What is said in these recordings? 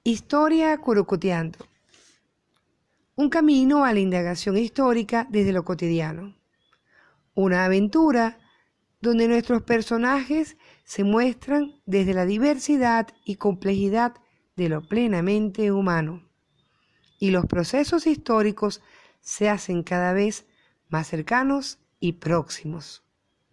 Historia Curucuteando. Un camino a la indagación histórica desde lo cotidiano. Una aventura donde nuestros personajes se muestran desde la diversidad y complejidad de lo plenamente humano. Y los procesos históricos se hacen cada vez más cercanos y próximos.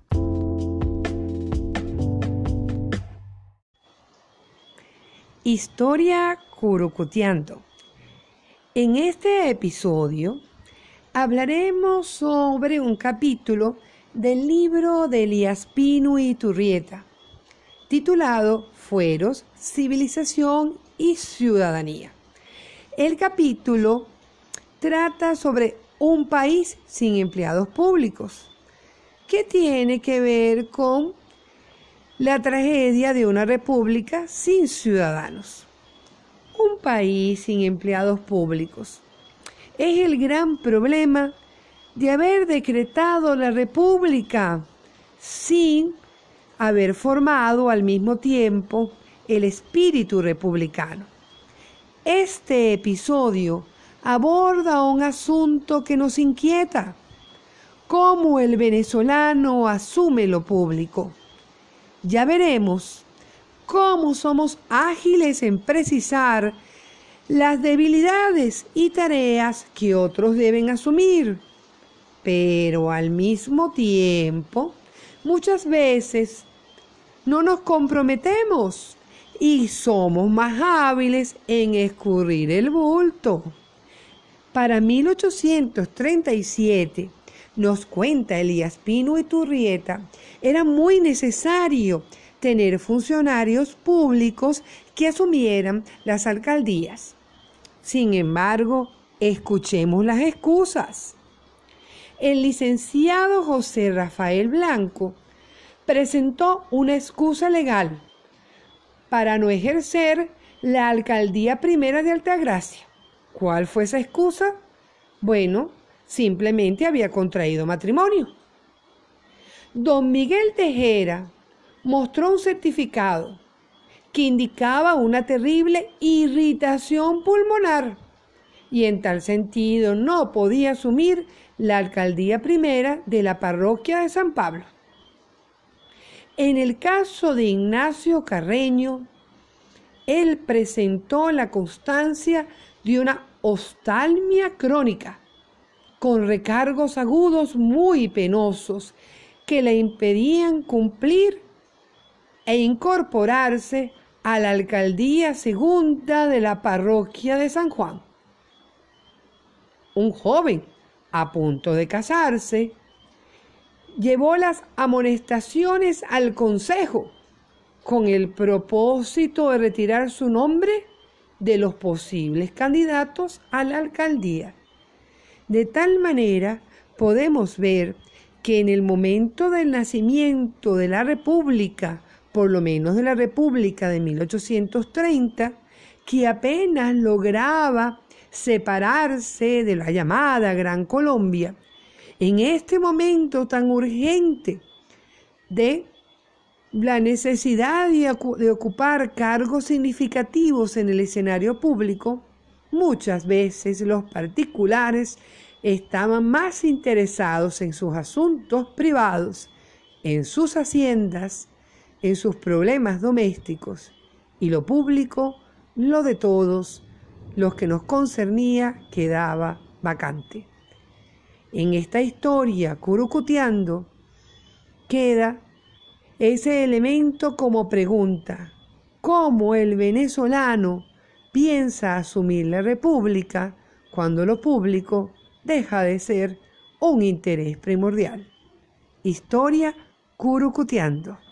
Historia Curucuteando. En este episodio hablaremos sobre un capítulo del libro de Elías Pino y Turrieta, titulado Fueros, Civilización y Ciudadanía. El capítulo trata sobre un país sin empleados públicos, que tiene que ver con la tragedia de una república sin ciudadanos. Un país sin empleados públicos es el gran problema de haber decretado la república sin haber formado al mismo tiempo el espíritu republicano. Este episodio aborda un asunto que nos inquieta: cómo el venezolano asume lo público. Ya veremos cómo somos ágiles en precisar las debilidades y tareas que otros deben asumir, pero al mismo tiempo, muchas veces no nos comprometemos y somos más hábiles en escurrir el bulto. Para 1837, nos cuenta Elías Pino y Turrieta, era muy necesario tener funcionarios públicos que asumieran las alcaldías. Sin embargo, escuchemos las excusas. El licenciado José Rafael Blanco presentó una excusa legal para no ejercer la alcaldía primera de Altagracia. ¿Cuál fue esa excusa? Bueno, simplemente había contraído matrimonio. Don Miguel Tejera mostró un certificado que indicaba una terrible irritación pulmonar y en tal sentido no podía asumir la alcaldía primera de la parroquia de San Pablo. En el caso de Ignacio Carreño, él presentó la constancia de una oftalmia crónica con recargos agudos muy penosos que le impedían cumplir e incorporarse a la alcaldía segunda de la parroquia de San Juan. Un joven a punto de casarse llevó las amonestaciones al consejo con el propósito de retirar su nombre de los posibles candidatos a la alcaldía. De tal manera podemos ver que en el momento del nacimiento de la República, por lo menos de la República de 1830, que apenas lograba separarse de la llamada Gran Colombia, en este momento tan urgente de la necesidad de ocupar cargos significativos en el escenario público, muchas veces los particulares estaban más interesados en sus asuntos privados, en sus haciendas, en sus problemas domésticos, y lo público, lo de todos, los que nos concernía, quedaba vacante. En esta historia Curucuteando queda ese elemento como pregunta: ¿cómo el venezolano piensa asumir la república cuando lo público deja de ser un interés primordial? Historia Curucuteando.